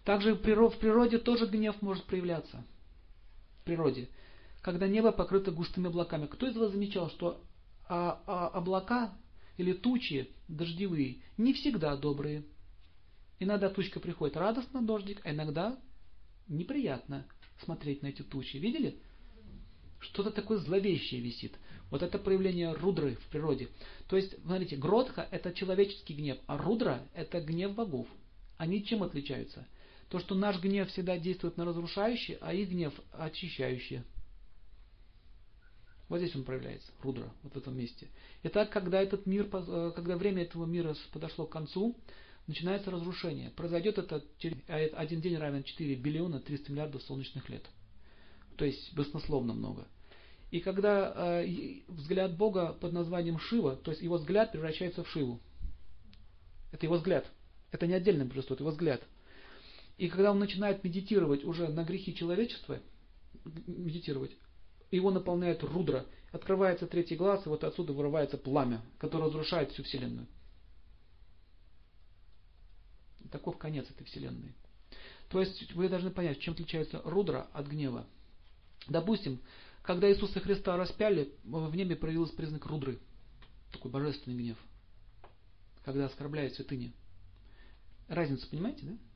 Также в природе тоже гнев может проявляться. В природе. Когда небо покрыто густыми облаками. Кто из вас замечал, что облака или тучи дождевые не всегда добрые? Иногда тучка приходит радостно, дождик, а иногда неприятно смотреть на эти тучи. Видели? Что-то такое зловещее висит. Вот это проявление рудры в природе. То есть, смотрите, гротха это человеческий гнев, а рудра это гнев богов. Они чем отличаются? То, что наш гнев всегда действует на разрушающий, а их гнев очищающий. Вот здесь он проявляется, рудра, вот в этом месте. Итак, когда когда время этого мира подошло к концу, начинается разрушение. Произойдет это через один день равен 4 биллиона 300 миллиардов солнечных лет. То есть баснословно много. И когда взгляд Бога под названием Шива, то есть его взгляд превращается в Шиву. Это его взгляд. Это не отдельное божество, это его взгляд. И когда он начинает медитировать уже на грехи человечества, медитировать, его наполняет рудра, открывается третий глаз, и вот отсюда вырывается пламя, которое разрушает всю Вселенную. Таков конец этой Вселенной. То есть вы должны понять, чем отличается рудра от гнева. Допустим, когда Иисуса Христа распяли, в небе проявился признак рудры. Такой божественный гнев. Когда оскорбляют святыни. Разницу понимаете, да?